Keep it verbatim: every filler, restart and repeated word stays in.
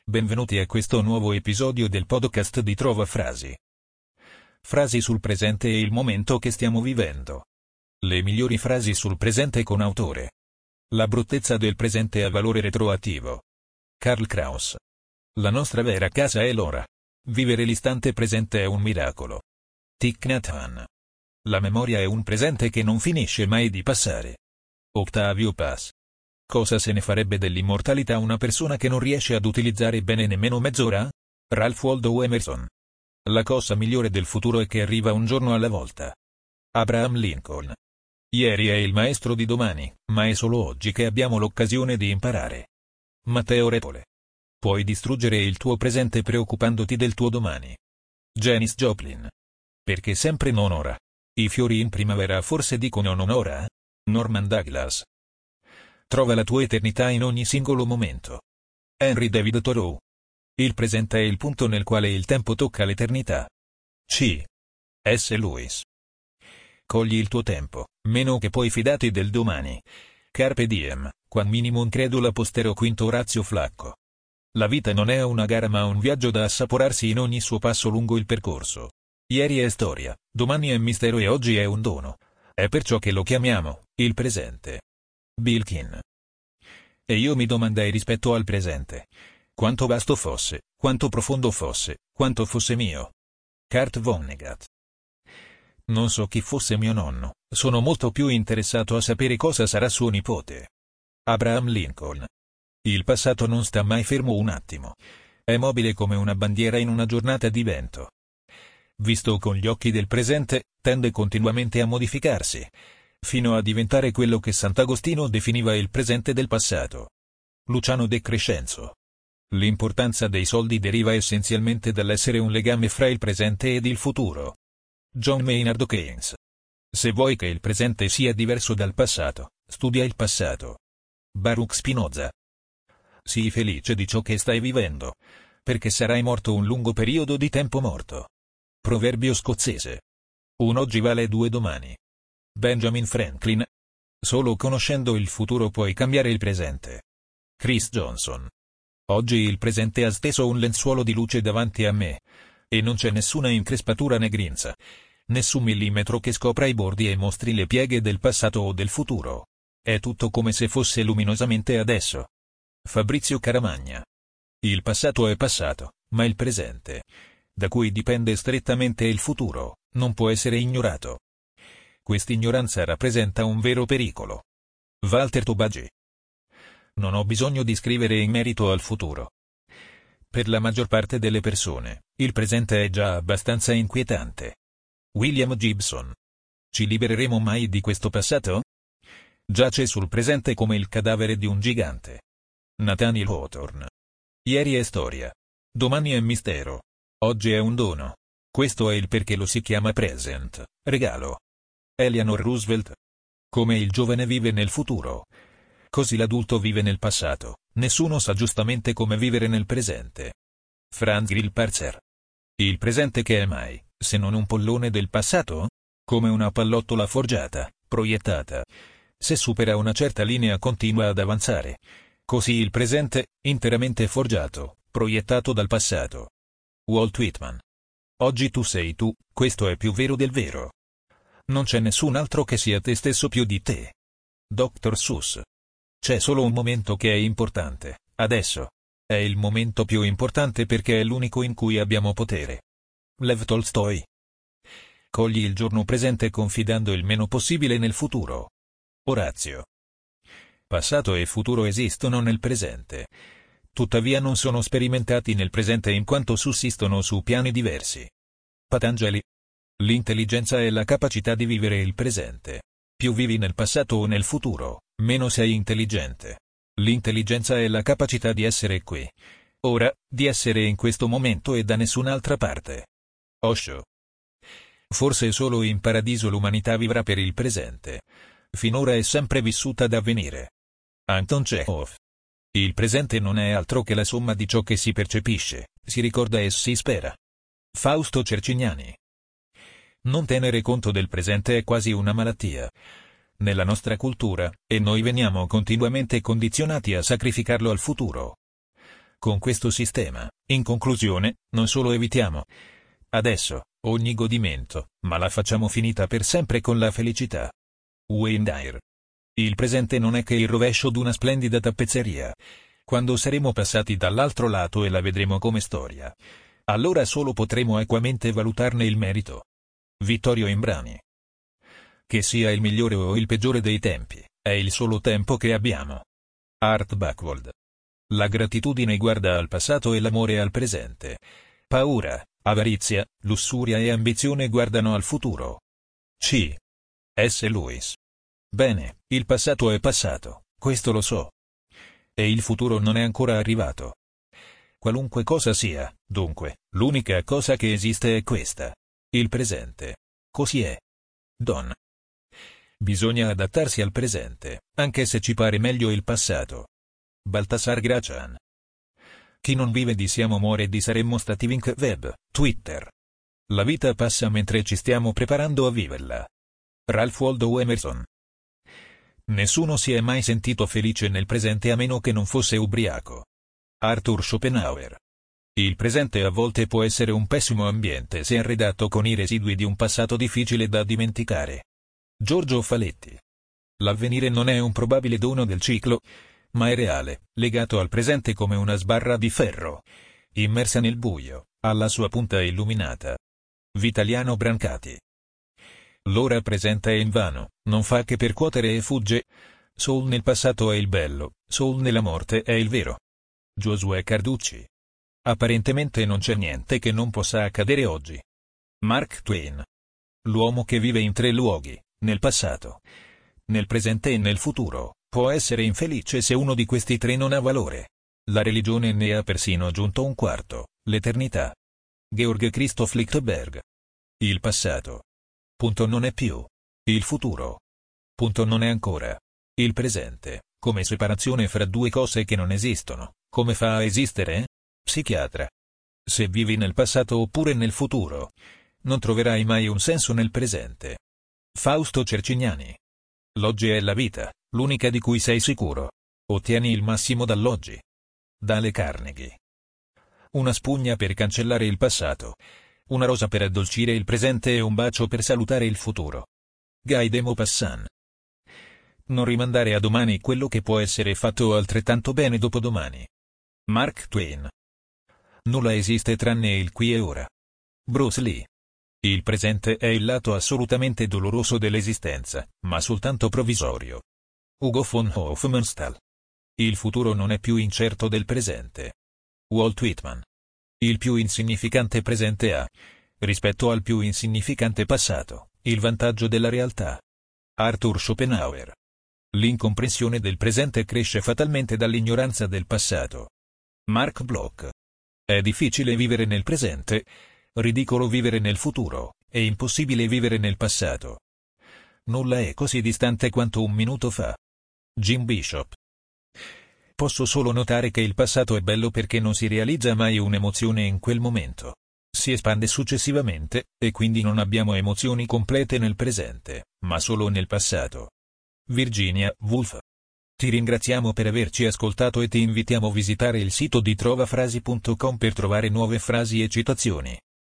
Benvenuti a questo nuovo episodio del podcast di Trova Frasi. Frasi sul presente e il momento che stiamo vivendo. Le migliori frasi sul presente con autore. La bruttezza del presente ha valore retroattivo. Karl Kraus. La nostra vera casa è l'ora. Vivere l'istante presente è un miracolo. Thich Nhat Hanh. La memoria è un presente che non finisce mai di passare. Octavio Paz. Cosa se ne farebbe dell'immortalità una persona che non riesce ad utilizzare bene nemmeno mezz'ora? Ralph Waldo Emerson. La cosa migliore del futuro è che arriva un giorno alla volta. Abraham Lincoln. Ieri è il maestro di domani, ma è solo oggi che abbiamo l'occasione di imparare. Matteo Repole. Puoi distruggere il tuo presente preoccupandoti del tuo domani. Janis Joplin. Perché sempre non ora? I fiori in primavera forse dicono non ora? Norman Douglas. Trova la tua eternità in ogni singolo momento. Henry David Thoreau. Il presente è il punto nel quale il tempo tocca l'eternità. C. S. Lewis. Cogli il tuo tempo, meno che poi fidati del domani. Carpe diem, quam minimum credula postero quinto Orazio Flacco. La vita non è una gara ma un viaggio da assaporarsi in ogni suo passo lungo il percorso. Ieri è storia, domani è mistero e oggi è un dono. È perciò che lo chiamiamo il presente. Bilkin. E io mi domandai rispetto al presente. Quanto vasto fosse, quanto profondo fosse, quanto fosse mio. Kurt Vonnegut. Non so chi fosse mio nonno, sono molto più interessato a sapere cosa sarà suo nipote. Abraham Lincoln. Il passato non sta mai fermo un attimo. È mobile come una bandiera in una giornata di vento. Visto con gli occhi del presente, tende continuamente a modificarsi, fino a diventare quello che Sant'Agostino definiva il presente del passato. Luciano De Crescenzo. L'importanza dei soldi deriva essenzialmente dall'essere un legame fra il presente ed il futuro. John Maynard Keynes. Se vuoi che il presente sia diverso dal passato, studia il passato. Baruch Spinoza. Sii felice di ciò che stai vivendo, perché sarai morto un lungo periodo di tempo morto. Proverbio scozzese. Un oggi vale due domani. Benjamin Franklin. Solo conoscendo il futuro puoi cambiare il presente. Chris Johnson. Oggi il presente ha steso un lenzuolo di luce davanti a me, e non c'è nessuna increspatura né grinza, nessun millimetro che scopra i bordi e mostri le pieghe del passato o del futuro. È tutto come se fosse luminosamente adesso. Fabrizio Caramagna. Il passato è passato, ma il presente, da cui dipende strettamente il futuro, non può essere ignorato. Quest'ignoranza rappresenta un vero pericolo. Walter Tobagi. Non ho bisogno di scrivere in merito al futuro. Per la maggior parte delle persone, il presente è già abbastanza inquietante. William Gibson. Ci libereremo mai di questo passato? Giace sul presente come il cadavere di un gigante. Nathaniel Hawthorne. Ieri è storia. Domani è mistero. Oggi è un dono. Questo è il perché lo si chiama present, regalo. Eleanor Roosevelt. Come il giovane vive nel futuro, così l'adulto vive nel passato, nessuno sa giustamente come vivere nel presente. Franz Grillparzer. Il presente che è mai, se non un pollone del passato? Come una pallottola forgiata, proiettata. Se supera una certa linea continua ad avanzare. Così il presente, interamente forgiato, proiettato dal passato. Walt Whitman. Oggi tu sei tu, questo è più vero del vero. Non c'è nessun altro che sia te stesso più di te. doctor Seuss. C'è solo un momento che è importante, adesso. È il momento più importante perché è l'unico in cui abbiamo potere. Lev Tolstoi. Cogli il giorno presente confidando il meno possibile nel futuro. Orazio. Passato e futuro esistono nel presente. Tuttavia non sono sperimentati nel presente in quanto sussistono su piani diversi. Patanjali. L'intelligenza è la capacità di vivere il presente. Più vivi nel passato o nel futuro, meno sei intelligente. L'intelligenza è la capacità di essere qui. Ora, di essere in questo momento e da nessun'altra parte. Osho. Forse solo in paradiso l'umanità vivrà per il presente. Finora è sempre vissuta da avvenire. Anton Chekhov. Il presente non è altro che la somma di ciò che si percepisce, si ricorda e si spera. Fausto Cercignani. Non tenere conto del presente è quasi una malattia. Nella nostra cultura, e noi veniamo continuamente condizionati a sacrificarlo al futuro. Con questo sistema, in conclusione, non solo evitiamo adesso ogni godimento, ma la facciamo finita per sempre con la felicità. Wayne Dyer. Il presente non è che il rovescio d'una splendida tappezzeria. Quando saremo passati dall'altro lato e la vedremo come storia, allora solo potremo equamente valutarne il merito. Vittorio Imbrani. Che sia il migliore o il peggiore dei tempi, è il solo tempo che abbiamo. Art Buchwald. La gratitudine guarda al passato e l'amore al presente. Paura, avarizia, lussuria e ambizione guardano al futuro. C. S. Lewis. Bene, il passato è passato, questo lo so. E il futuro non è ancora arrivato. Qualunque cosa sia, dunque, l'unica cosa che esiste è questa. Il presente. Così è. Don. Bisogna adattarsi al presente, anche se ci pare meglio il passato. Baltasar Gracian. Chi non vive di siamo muore di saremmo stati Vink Web, Twitter. La vita passa mentre ci stiamo preparando a viverla. Ralph Waldo Emerson. Nessuno si è mai sentito felice nel presente a meno che non fosse ubriaco. Arthur Schopenhauer. Il presente a volte può essere un pessimo ambiente se arredato con i residui di un passato difficile da dimenticare. Giorgio Faletti. L'avvenire non è un probabile dono del ciclo, ma è reale, legato al presente come una sbarra di ferro, immersa nel buio, alla sua punta illuminata. Vitaliano Brancati. L'ora presente è invano, non fa che percuotere e fugge. Sol nel passato è il bello, sol nella morte è il vero. Giosuè Carducci. Apparentemente non c'è niente che non possa accadere oggi. Mark Twain. L'uomo che vive in tre luoghi, nel passato, nel presente e nel futuro, può essere infelice se uno di questi tre non ha valore. La religione ne ha persino aggiunto un quarto, l'eternità. Georg Christoph Lichtenberg. Il passato. Punto non è più. Il futuro. Punto non è ancora. Il presente, come separazione fra due cose che non esistono, come fa a esistere? Psichiatra. Se vivi nel passato oppure nel futuro, non troverai mai un senso nel presente. Fausto Cercignani. L'oggi è la vita, l'unica di cui sei sicuro. Ottieni il massimo dall'oggi. Dale Carnegie. Una spugna per cancellare il passato. Una rosa per addolcire il presente e un bacio per salutare il futuro. Guy de Maupassant. Non rimandare a domani quello che può essere fatto altrettanto bene dopodomani. Mark Twain. Nulla esiste tranne il qui e ora. Bruce Lee. Il presente è il lato assolutamente doloroso dell'esistenza, ma soltanto provvisorio. Ugo von Hofmannsthal. Il futuro non è più incerto del presente. Walt Whitman. Il più insignificante presente ha, rispetto al più insignificante passato, il vantaggio della realtà. Arthur Schopenhauer. L'incomprensione del presente cresce fatalmente dall'ignoranza del passato. Mark Bloch. È difficile vivere nel presente, ridicolo vivere nel futuro, è impossibile vivere nel passato. Nulla è così distante quanto un minuto fa. Jim Bishop. Posso solo notare che il passato è bello perché non si realizza mai un'emozione in quel momento. Si espande successivamente, e quindi non abbiamo emozioni complete nel presente, ma solo nel passato. Virginia Woolf. Ti ringraziamo per averci ascoltato e ti invitiamo a visitare il sito di trovafrasi punto com per trovare nuove frasi e citazioni.